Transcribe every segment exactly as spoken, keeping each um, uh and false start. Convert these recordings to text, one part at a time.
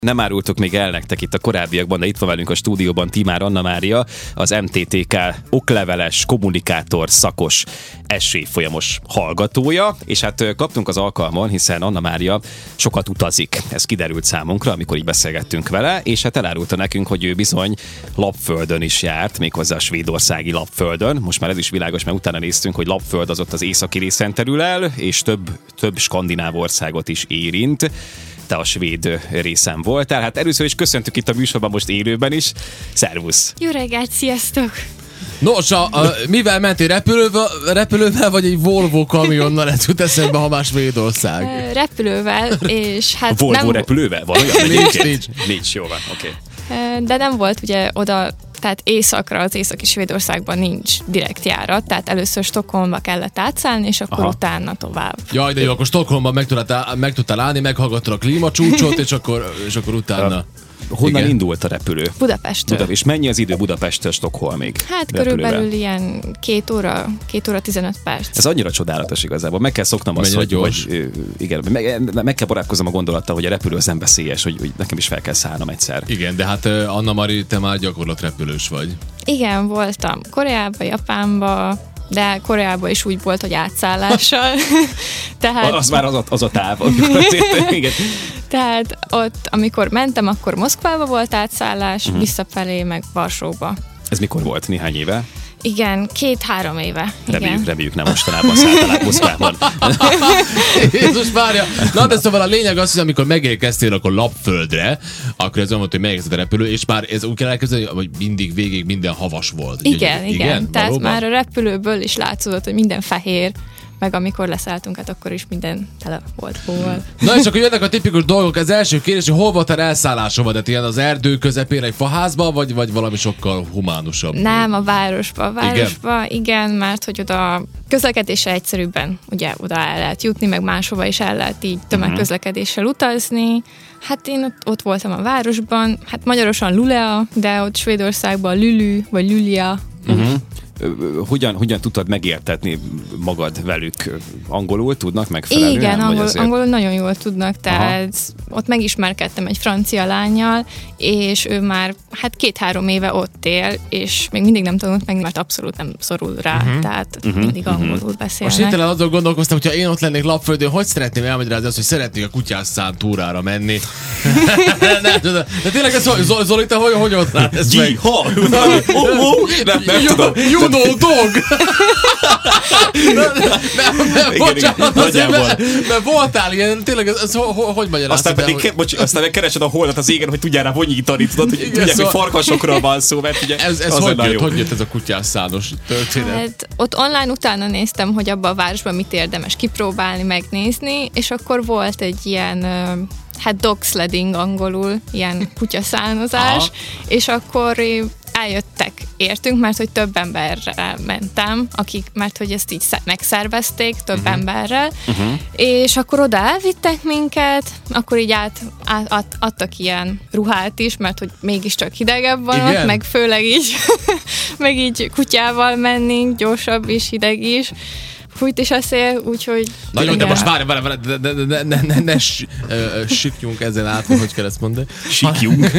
Nem árultuk még el nektek itt a korábbiakban, de itt van velünk a stúdióban Timár Anna Mária, az em té té ká okleveles, kommunikátor, szakos, esélyfolyamos hallgatója, és hát kaptunk az alkalmon, hiszen Anna Mária sokat utazik. Ez kiderült számunkra, amikor így beszélgettünk vele, és hát elárulta nekünk, hogy ő bizony Lapföldön is járt, méghozzá a svédországi Lapföldön. Most már ez is világos, mert utána néztünk, hogy Lapföld az ott az északi részen terül el, és több, több skandináv országot is érint. Te a svéd részen voltál. Hát először is köszöntük itt a műsorban, most élőben is. Szervusz! Jó reggelt, sziasztok! Nos, a, a, mivel mentél repülővel, repülővel, vagy egy Volvo kamionnal, ez jut eszembe, ha már Svédország? Uh, repülővel, és hát Volvo nem... repülővel? Van olyan? Nincs, nincs. Nincs, jó van, oké. Okay. Uh, de nem volt ugye oda, tehát északra, az északi Svédországban nincs direkt járat, tehát először Stockholmba kellett átszállni, és akkor Aha. utána tovább. Jaj, de jó, akkor Stockholmban meg tudtál, meg tudtál állni, meghallgattad a klímacsúcsot, és akkor, és akkor utána... Honnan Igen. indult a repülő? Budapestről. Buda, és mennyi az idő Budapesttől Stockholmig? Hát repülővel? Körülbelül ilyen két óra, két óra tizenöt perc. Ez annyira csodálatos igazából. Meg kell szoknom azt, hogy, hogy igen, meg, meg kell barátkoznom a gondolattal, hogy a repülő az nem veszélyes, hogy, hogy nekem is fel kell szállnom egyszer. Igen, de hát Anna Mari, te már gyakorlatrepülős vagy. Igen, voltam Koreába, Japánba, de Koreában is úgy volt, hogy átszállással. Tehát... Az már az a, az a táv, amikor azért, igen. Tehát ott, amikor mentem, akkor Moszkvába volt átszállás, uh-huh. visszafelé meg Varsóba. Ez mikor volt? Néhány éve? Igen, két-három éve. Reméljük, igen. reméljük nem mostanában szálltál át Moszkvában. Jézus Mária! Na, de szóval a lényeg az, hogy amikor megérkeztél akkor Lapföldre, akkor ez olyan volt, hogy megérkezett a repülő, és már ez úgy kell elkezdeni, hogy mindig végig minden havas volt. Igen, igen. igen. Tehát valóban? már a repülőből is látszott, hogy minden fehér, meg amikor leszálltunk, hát akkor is minden tele volt hóval. Na és akkor jönnek a tipikus dolgok. Az első kérdés, hogy hol volt a elszállásomat? Tehát ilyen az erdő közepén egy faházba, vagy, vagy valami sokkal humánusabb? Nem, a városba. A városba, igen, igen, mert hogy oda közlekedéssel egyszerűbben, ugye oda el lehet jutni, meg máshova is el lehet így tömegközlekedéssel utazni. Hát én ott, ott voltam a városban, hát magyarosan Lulea, de ott Svédországban Lülü, vagy Lülia. Uh-huh. Hogyan, hogyan tudtad megértetni magad velük? Angolul tudnak megfelelően? Igen, angol, azért... angolul nagyon jól tudnak, tehát Aha. ott megismerkedtem egy francia lánnyal, és ő már hát két-három éve ott él, és még mindig nem tanult meg, mert abszolút nem szorul rá, uh-huh. tehát uh-huh. mindig angolul uh-huh. beszélnek. Most hirtelen azon gondolkoztam, hogyha én ott lennék Lapföldön, hogy szeretném elmagyarázni azt, hogy szeretnék a kutyászán túrára menni. nem, de, de tényleg ez Zoli, Zoli, te hogy, hogy ott látsz ez meg? Nem tudom. You know dog! Bocsánat, mert voltál ilyen, tényleg, ez hogy magyaráztad? Aztán pedig, aztán megkeresed a holdat az égen, hogy tudjál rá vonyítani, tudod, hogy tudják, hogy farkasokról van szó, mert ugye ez, ez hogy jött, hogy jött ez a kutyászános történet? Hát, ott online utána néztem, hogy abban a városban mit érdemes kipróbálni, megnézni, és akkor volt egy ilyen... hát dog sledding angolul, ilyen kutyaszánozás, Aha. és akkor eljöttek, értünk, mert hogy több emberrel mentem, akik, mert hogy ezt így megszervezték több uh-huh. emberrel, uh-huh. és akkor oda elvittek minket, akkor így át, át, át adtak ilyen ruhát is, mert hogy mégiscsak hidegebb van ott, meg főleg így, meg így kutyával mennénk, gyorsabb is, hideg is, fújt is a szél, úgyhogy... Nagyon, de most várj, várj, várj, ne, ne, ne, ne, ne, ne sikjunk ezen át, hogy kell ezt mondani. Sikjunk.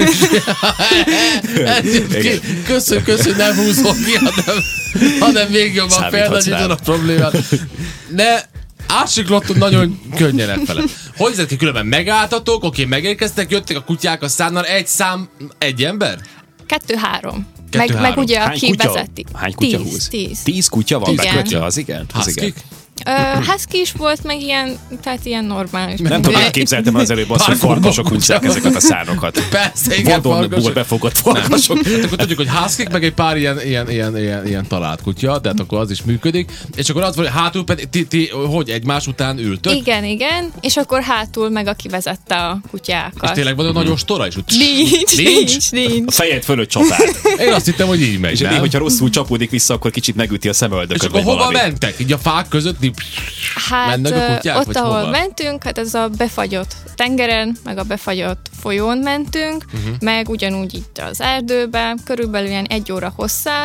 Köszönjük, köszönjük, nem húzom ki, hanem, hanem még jobban felnagyítom a problémát. Ne, átsiklottunk nagyon könnyen elfele. Hogy nézett ki, különben megálltatok, oké, megérkeztek, jöttek a kutyák a szánnal, egy szám, egy ember? Kettő-három. Meg, meg ugye, aki kutya, vezeti. Hány kutya tíz, húz? Tíz. Tíz kutya van bekötve, az igen? Husky? Uh, husky is volt, meg ilyen, tehát ilyen normális. Nem tudom, képzeltem az előbb azt, hogy farkasok húzzák ezeket a szánokat. Persze, igen, vadonból befogott farkasok. Hát akkor tudjuk, hogy husky meg egy pár ilyen, ilyen, ilyen, ilyen, ilyen talált kutya, de hát akkor az is működik. És akkor az volt, hogy hátul pedig, ti, ti, hogy egymás után ültök? Igen, igen, és akkor hátul meg aki vezette a kutyákat. És tényleg van a nagyon stora is? Nincs, nincs, nincs. A fejed fölött csapált. Én azt hittem, hogy így megy. És néha, hogyha rosszul csapódik vissza, akkor kicsit megüti a szemöldököt. És akkor hova mentek? Így a fák között? Hát mennek a kutyák, ott, vagy ahol hova? mentünk, hát ez a befagyott tengeren, meg a befagyott folyón mentünk, uh-huh. meg ugyanúgy itt az erdőbe, körülbelül ilyen egy óra hosszát,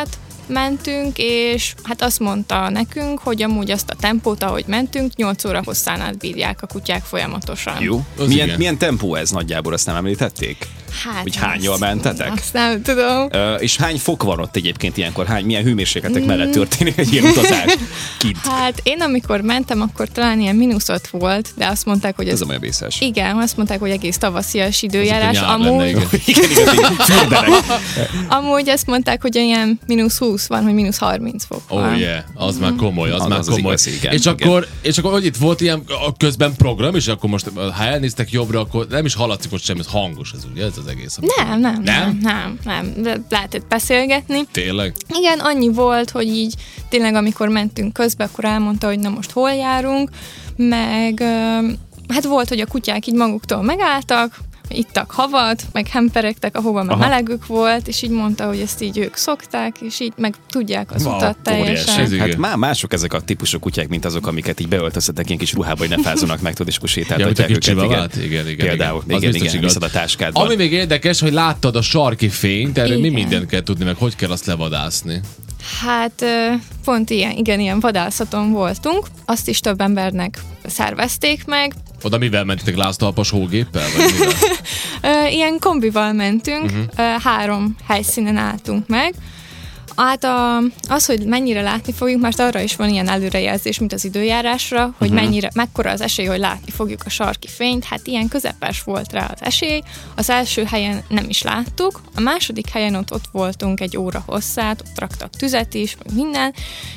mentünk, és hát azt mondta nekünk, hogy amúgy azt a tempót, ahogy mentünk, nyolc óra hosszán át bírják a kutyák folyamatosan. Jó. Milyen, milyen tempó ez nagyjából, azt nem említették? Hát, hogy hányal mentetek? Azt nem tudom. Ö, és hány fok van ott egyébként ilyenkor? Hány, milyen hőmérsékletek mellett történik egy ilyen utazás kint? Hát én amikor mentem, akkor talán ilyen mínusz öt volt, de azt mondták, hogy ez... Ez a olyan vészes. Igen, azt mondták, hogy egész tavaszias időjárás. Amúgy... Lenne, igen. igen, igen, amúgy azt mondták, hogy ilyen mínusz húsz van, hogy mínusz harminc fok van. Oh yeah, az mm-hmm. már komoly, az, az már az komoly. Az igaz, igen, és, igen. Akkor, és akkor, hogy itt volt ilyen a közben program, és akkor most, ha elnéztek jobbra, akkor nem is hallatszik ott semmi, ez hangos ez ugye, ez az egész. Nem, nem, nem, nem, nem, nem. Lehetett beszélgetni. Tényleg? Igen, annyi volt, hogy így tényleg amikor mentünk közbe, akkor elmondta, hogy na most hol járunk, meg hát volt, hogy a kutyák így maguktól megálltak, ittak havat, meg hemperegtek, ahova már melegük volt, és így mondta, hogy ezt így ők szokták, és így meg tudják az wow, utat teljesen. Hát már mások ezek a típusú kutyák, mint azok, amiket így beöltöztetek ilyen kis ruhába, hogy ne fázzanak meg, tudod, és akkor sétáltatják ja, őket. Igen, igen, igen. Például, igen, igen, igen, viszed a táskádban. Ami még érdekes, hogy láttad a sarki fényt, erről mi mindent kell tudni, meg hogy kell azt levadászni? Hát pont ilyen, igen, ilyen vadászaton voltunk, azt is több embernek szervezték meg. Oda mivel mentetek, láztalpas hógéppel? Vagy mivel? Ilyen kombival mentünk, uh-huh. három helyszínen álltunk meg. Hát a, az, hogy mennyire látni fogjuk, mert arra is van ilyen előrejelzés, mint az időjárásra, hogy uh-huh. mennyire, mekkora az esély, hogy látni fogjuk a sarki fényt. Hát ilyen közepes volt rá az esély. Az első helyen nem is láttuk, a második helyen ott, ott voltunk egy óra hosszát, ott raktak tüzet is, meg minden,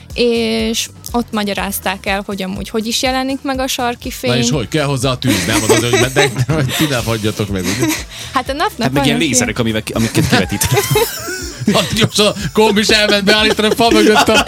és ott magyarázták el, hogy amúgy hogy is jelenik meg a sarki fény. Na és hogy kell hozzá a tűz, nem az az, hogy mentek, hogy ti ne hagyjatok meg, ugye? Hát a napnak hát meg ilyen lézerek, amivel, amiket kivetítenek. Hát gyorsan a kombis elment beállítani a fa mögött a...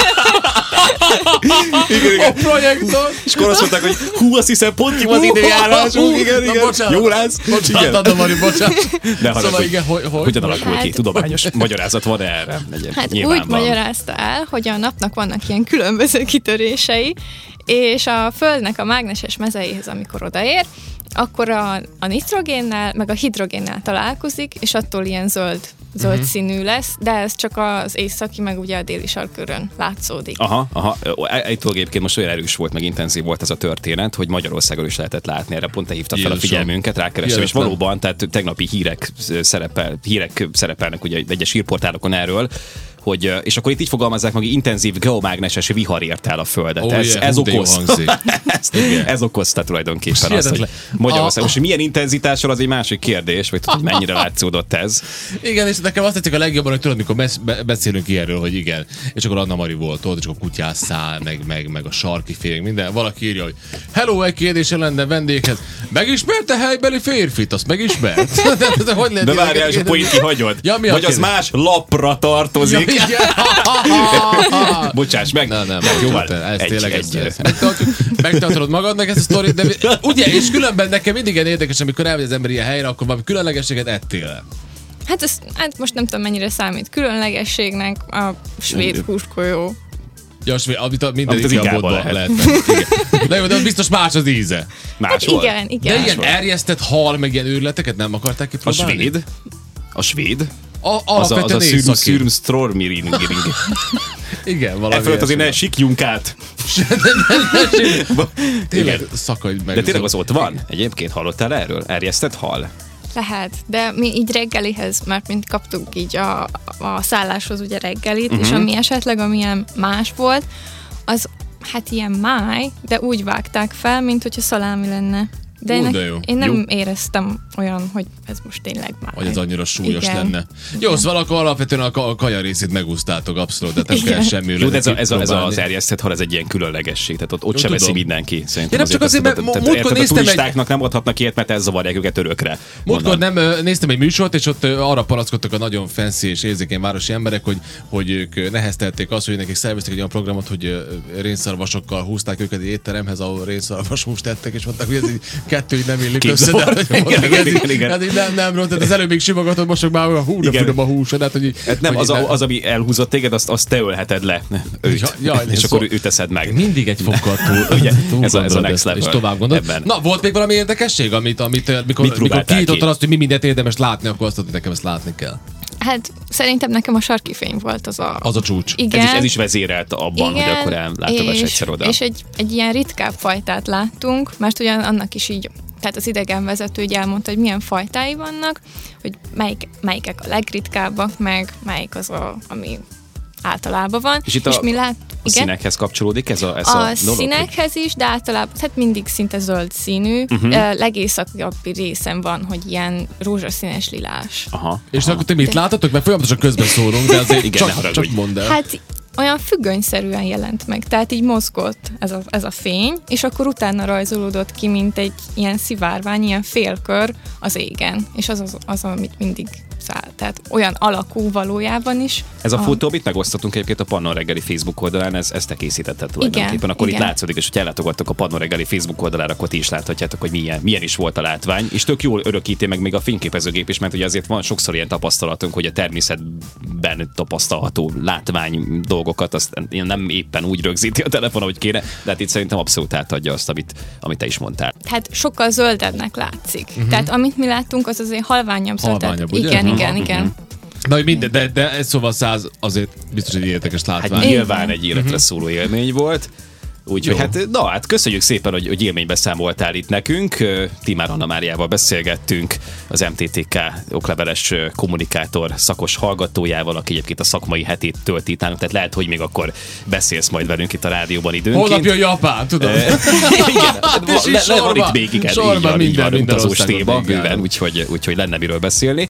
a projektor. És akkor azt mondták, hogy hú, azt hiszem pont ki az időjárás. Igen, igen. Jó lesz. Bocsánat, adom, Mari, bocsánat. De szóval igen, hogy, hogy? Hogyan alakul ki? Tudományos magyarázat van erre? Hát úgy magyarázta el, hogy a napnak vannak ilyen különböző kitörései, és a Földnek a mágneses mezeihez, amikor odaér, akkor a, a nitrogénnel, meg a hidrogénnel találkozik, és attól ilyen zöld, zöld uh-huh. színű lesz, de ez csak az északi, meg ugye a déli sarkkörön látszódik. Aha, aha. Egytől egyébként most olyan erős volt, meg intenzív volt ez a történet, hogy Magyarországon is lehetett látni, erre pont te hívtad fel a figyelmünket, rákerestem, és valóban, tehát tegnapi hírek, szerepel, hírek szerepelnek ugye egyes hírportálokon erről, hogy, és akkor itt így fogalmazzák meg, hogy intenzív geomágneses vihar ért el a Földet. Oh, ez, yeah, ez, okoz, ez, ez okozta tulajdonképpen azt, hogy Magyarországon. Most milyen intenzitással, az egy másik kérdés, vagy tudod, hogy mennyire látszódott ez. Igen, és nekem azt tetszik a legjobban, hogy tudod, mikor beszélünk ilyenről, hogy igen, és akkor Anna Mari volt ott, és akkor kutyásszál, meg, meg, meg a sarki fény, minden. Valaki írja, hogy hello, egy kérdése lenne vendéghez. Megismerte helybeli férfit? Azt megismert? de, de, hogy de várjál, és akkor így kihagyod. Ja, vagy az más lapra tartozik. Bocsáss meg. Na, nem, nem, jó, ez egy, tényleg egy, ez, megtartod magadnak ezt a sztorit, de ugye, és különben nekem mindig ilyen érdekes, amikor elmegy az ember ilyen helyre, akkor valami különlegességet ettél el. Hát, ez, hát most nem tudom, mennyire számít különlegességnek a svéd húskolyó. Ja, amit minden ikamódban lehet. lehet de jó, de az biztos más az íze. Más hát volt? Igen, igen. De ilyen erjesztett hal, meg ilyen őrületeket nem akarták kipróbálni? A svéd? A svéd? A, az a, az a Szürmstrormiring. Igen, valami. Efelőtt azért ne sikjunk át. Tényleg szakadj meg. De tényleg az ott van? Egyébként hallottál erről? Erjesztett hal? Lehet, de mi így reggelihez, mert mint kaptuk így a, a szálláshoz ugye reggelit, uh-huh. és ami esetleg amilyen más volt, az hát ilyen máj, de úgy vágták fel, mint hogyha szalámi lenne. De, Ú, én, de jó. én nem jó. éreztem olyan, hogy ez most tényleg már. Hogy ez annyira súlyos Igen. lenne. Jó, szóval akkor alapvetően a, a kaja részét megúsztátok abszolút, de nem kell semmi. Jó, de ez, a, ez, a, ez az erjesztett hal, ez egy ilyen különlegesség, tehát ott, ott sem veszi mindenki. Szerintem nem csak azért, mert múltkor néztem egy... turistáknak nem adhatnak ilyet, mert ez zavarják őket örökre. Múltkor nem néztem egy műsort, és ott arra palackodtak a nagyon fancy és érzékeny városi emberek, hogy, hogy ők neheztelték azt, hogy nekik szerveztek egy olyan programot, hogy rénszarvasokkal húzták őket egy étteremhez, ahol rénszarvas húst tettek, és mondták, hogy ez így kettő így nem illik össze, de hogy mondták, igen, igen, igen. Hát így nem, nem rossz, tehát az előbb még simogatott, most már olyan hú, de finom a hús, hát, hogy, hát nem, hogy az, nem. Az, ami elhúzott téged, azt, azt te ölheted le őt, ja, jaj, és akkor ő teszed meg. Mindig egy fokkal túl, ugye, túl ez, a, ez a next level. És tovább gondolod. Na, volt még valami érdekesség, amit, amit mikor, mikor kinyitottad azt, hogy mi mindent érdemes látni, akkor azt mondod, nekem ezt látni kell. Hát szerintem nekem a sarki fény volt az a... Az a csúcs. Igen. Ez is, ez is vezérelt abban, Igen, hogy akkor ellátogass és, egyszer oda. És egy, egy ilyen ritkább fajtát láttunk, mert ugyan annak is így, tehát az idegenvezető így elmondta, hogy milyen fajtái vannak, hogy melyik, melyikek a legritkábbak, meg melyik az, a, ami általában van. És itt a, mi lát, a színekhez kapcsolódik ez a, ez a, a dolog? színekhez is, de általában hát mindig szinte zöld színű. Uh-huh. Uh, legészakabbi részen van, hogy ilyen rózsaszínes lilás. Aha. És aha. akkor ti mit láttatok? Mert folyamatosan közben szólunk, de azért Igen, csak, csak mondd el. Hát olyan függönyszerűen jelent meg, tehát így mozgott ez a, ez a fény, és akkor utána rajzolódott ki, mint egy ilyen szivárvány, ilyen félkör az égen, és az az, az amit mindig száll. Tehát olyan alakú valójában is. Ez a, a fotó, amit megosztottunk egyébként a Pannon reggeli Facebook oldalán, ez, ezt te készítetted tulajdonképpen. Igen, akkor igen. itt látszódik, és ha ellátogattok a Pannon reggeli Facebook oldalára, akkor ti is láthatjátok, hogy milyen, milyen is volt a látvány, és tök jól örökíti meg még a fényképezőgép is, mert ugye azért van sokszor ilyen tapasztalatunk, hogy a természetben tapasztalható látvány dolgokat, azt nem éppen úgy rögzíti a telefon, ahogy kéne, de hát itt szerintem abszolút átadja azt, amit, amit te is mondtál. Hát sokkal zöldebbnek látszik. Uh-huh. Tehát amit mi láttunk, az azért halványabb zöld. Halványabb, ugye? Igen, Uh-huh. igen, igen. Na, hogy minden, de, de ez szóval száz azért biztos, hogy érdekes látvány. Hát nyilván egy életre szóló élmény volt. Úgyhogy hát, na hát köszönjük szépen, hogy, hogy élménybe számoltál itt nekünk. Timár Anna Máriával beszélgettünk, az em té té ká okleveles kommunikátor szakos hallgatójával, aki egyébként a szakmai hetét tölti itt nálunk, tehát lehet, hogy még akkor beszélsz majd velünk itt a rádióban időnként. Holnap jön Japán, tudom. Igen, le, le, van itt még igen, sorban így van, minden, így van, minden utazós országon téma még bőven, járunk. úgyhogy, úgyhogy lenne miről beszélni.